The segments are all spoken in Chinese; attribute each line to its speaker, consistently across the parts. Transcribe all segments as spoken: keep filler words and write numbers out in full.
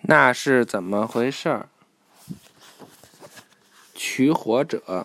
Speaker 1: 那是怎么回事？取火者。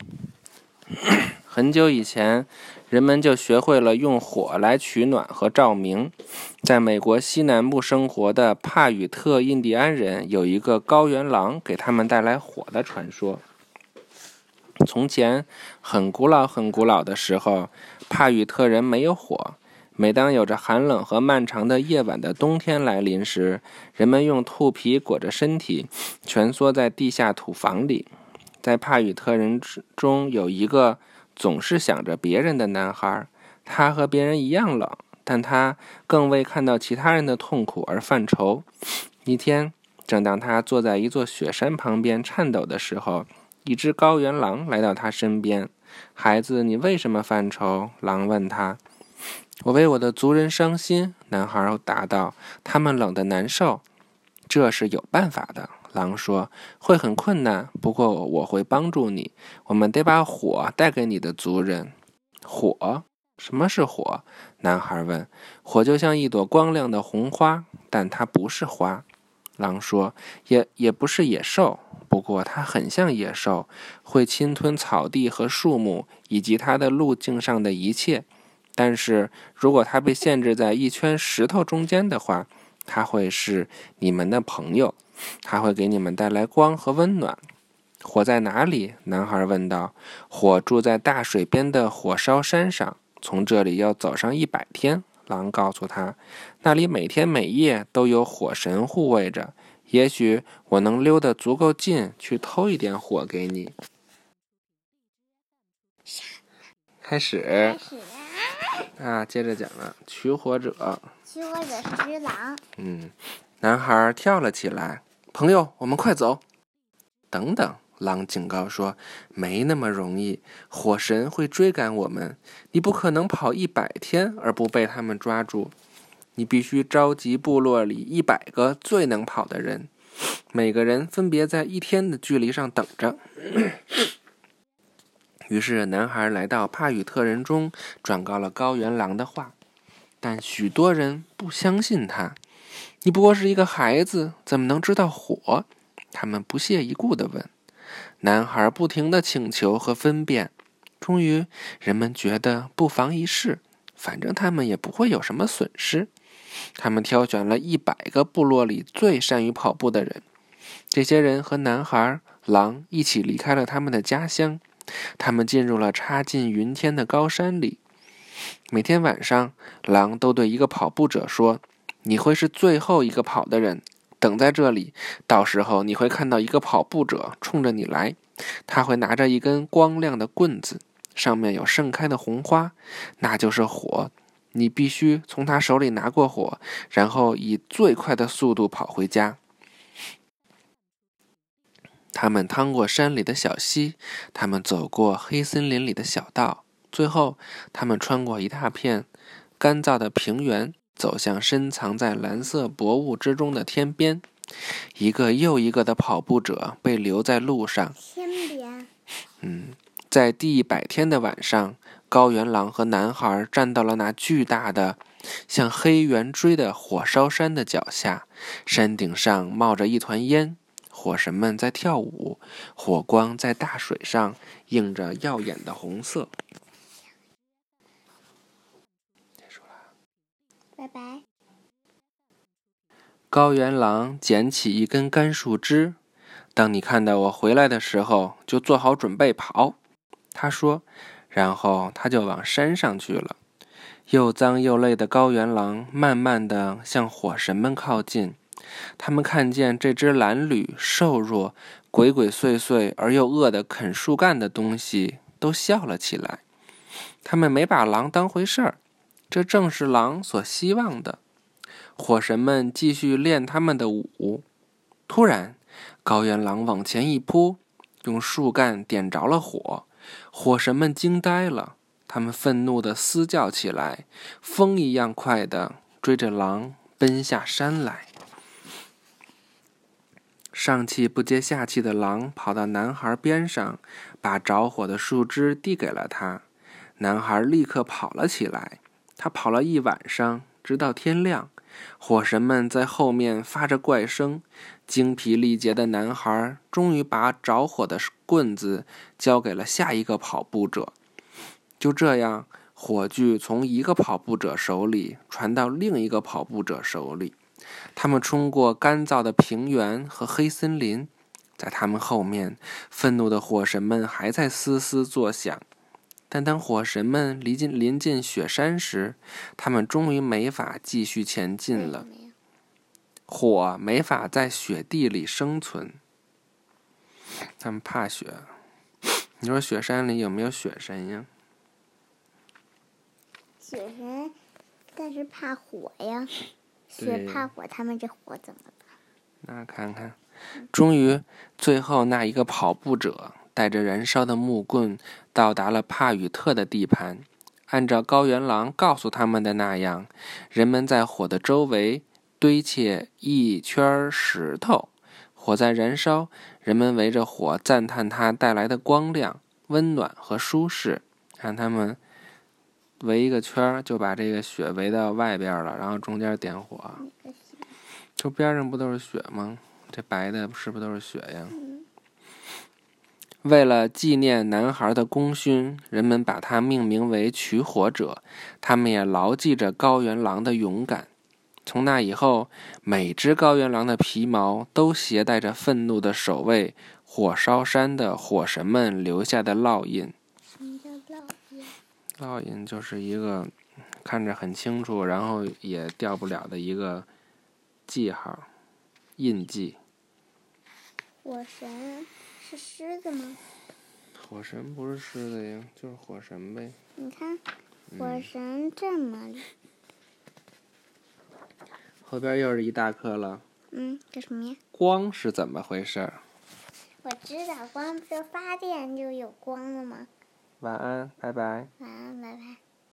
Speaker 1: 很久以前，人们就学会了用火来取暖和照明。在美国西南部生活的帕语特印第安人有一个高原狼给他们带来火的传说。从前，很古老很古老的时候，帕语特人没有火。每当有着寒冷和漫长的夜晚的冬天来临时，人们用兔皮裹着身体，蜷缩在地下土房里。在帕语特人中有一个总是想着别人的男孩，他和别人一样冷，但他更为看到其他人的痛苦而犯愁。一天，正当他坐在一座雪山旁边颤抖的时候，一只高原狼来到他身边。孩子，你为什么犯愁？狼问他。我为我的族人伤心，男孩答道，他们冷得难受。这是有办法的，狼说，会很困难，不过我会帮助你。我们得把火带给你的族人。火？什么是火？男孩问。火就像一朵光亮的红花，但它不是花。狼说，也也不是野兽，不过它很像野兽，会侵吞草地和树木，以及它的路径上的一切。但是如果它被限制在一圈石头中间的话，它会是你们的朋友，它会给你们带来光和温暖。火在哪里？男孩问道。火住在大水边的火烧山上，从这里要走上一百天。狼告诉他，那里每天每夜都有火神护卫着，也许我能溜得足够近，去偷一点火给你。开始。
Speaker 2: 开始
Speaker 1: 啊，接着讲了，取火者。
Speaker 2: 取火者是只狼。
Speaker 1: 嗯，男孩跳了起来，朋友，我们快走。等等，狼警告说，没那么容易，火神会追赶我们，你不可能跑一百天而不被他们抓住。你必须召集部落里一百个最能跑的人，每个人分别在一天的距离上等着。于是男孩来到帕语特人中，转告了高原狼的话，但许多人不相信他。你不过是一个孩子，怎么能知道火？他们不屑一顾地问。男孩不停地请求和分辨，终于人们觉得不妨一试，反正他们也不会有什么损失。他们挑选了一百个部落里最善于跑步的人，这些人和男孩、狼一起离开了他们的家乡。他们进入了插进云天的高山里。每天晚上，狼都对一个跑步者说，你会是最后一个跑的人，等在这里，到时候你会看到一个跑步者冲着你来，他会拿着一根光亮的棍子，上面有盛开的红花，那就是火。你必须从他手里拿过火，然后以最快的速度跑回家。他们趟过山里的小溪，他们走过黑森林里的小道，最后他们穿过一大片干燥的平原，走向深藏在蓝色薄雾之中的天边。一个又一个的跑步者被留在路上。
Speaker 2: 天边。
Speaker 1: 嗯，在第一百天的晚上，高原狼和男孩站到了那巨大的像黑圆锥的火烧山的脚下，山顶上冒着一团烟，火神们在跳舞，火光在大水上映着耀眼的红色。结束了。
Speaker 2: 拜拜。
Speaker 1: 高原狼捡起一根干树枝，当你看到我回来的时候，就做好准备跑，他说，然后他就往山上去了。又脏又累的高原狼慢慢地向火神们靠近。他们看见这只褴褛、瘦弱、鬼鬼祟祟而又饿得啃树干的东西，都笑了起来。他们没把狼当回事儿，这正是狼所希望的。火神们继续练他们的舞。突然，高原狼往前一扑，用树干点着了火。火神们惊呆了，他们愤怒地嘶叫起来，风一样快地追着狼奔下山来。上气不接下气的狼跑到男孩边上，把着火的树枝递给了他。男孩立刻跑了起来，他跑了一晚上，直到天亮。 火神们在后面发着怪声，精疲力竭的男孩终于把着火的棍子交给了下一个跑步者。就这样，火炬从一个跑步者手里传到另一个跑步者手里，他们冲过干燥的平原和黑森林，在他们后面，愤怒的火神们还在嘶嘶作响。但当火神们临近临近雪山时，他们终于没法继续前进了。火没法在雪地里生存，他们怕雪。你说雪山里有没有雪神呀？
Speaker 2: 雪神，但是怕火呀。雪怕火，他们这火怎么办？
Speaker 1: 那看看，终于，最后那一个跑步者带着燃烧的木棍到达了帕语特的地盘。按照高原狼告诉他们的那样，人们在火的周围堆砌一圈石头，火在燃烧，人们围着火赞叹它带来的光亮、温暖和舒适。看他们围一个圈，就把这个雪围到外边了，然后中间点火。这边上不都是雪吗？这白的是不是都是雪呀？为了纪念男孩的功勋，人们把他命名为取火者。他们也牢记着高原狼的勇敢。从那以后，每只高原狼的皮毛都携带着愤怒的守卫火烧山的火神们留下的烙印。
Speaker 2: 什么叫烙印？
Speaker 1: 烙印就是一个看着很清楚，然后也掉不了的一个记号、印记。
Speaker 2: 火神是狮子吗？
Speaker 1: 火神不是狮子呀，就是火神呗。
Speaker 2: 你看，火神这么里、
Speaker 1: 嗯、后边又是一大颗了。
Speaker 2: 嗯，这什么呀？
Speaker 1: 光是怎么回事？
Speaker 2: 我知道，光不是发电就有光了吗？
Speaker 1: 晚安，拜拜。
Speaker 2: 晚安。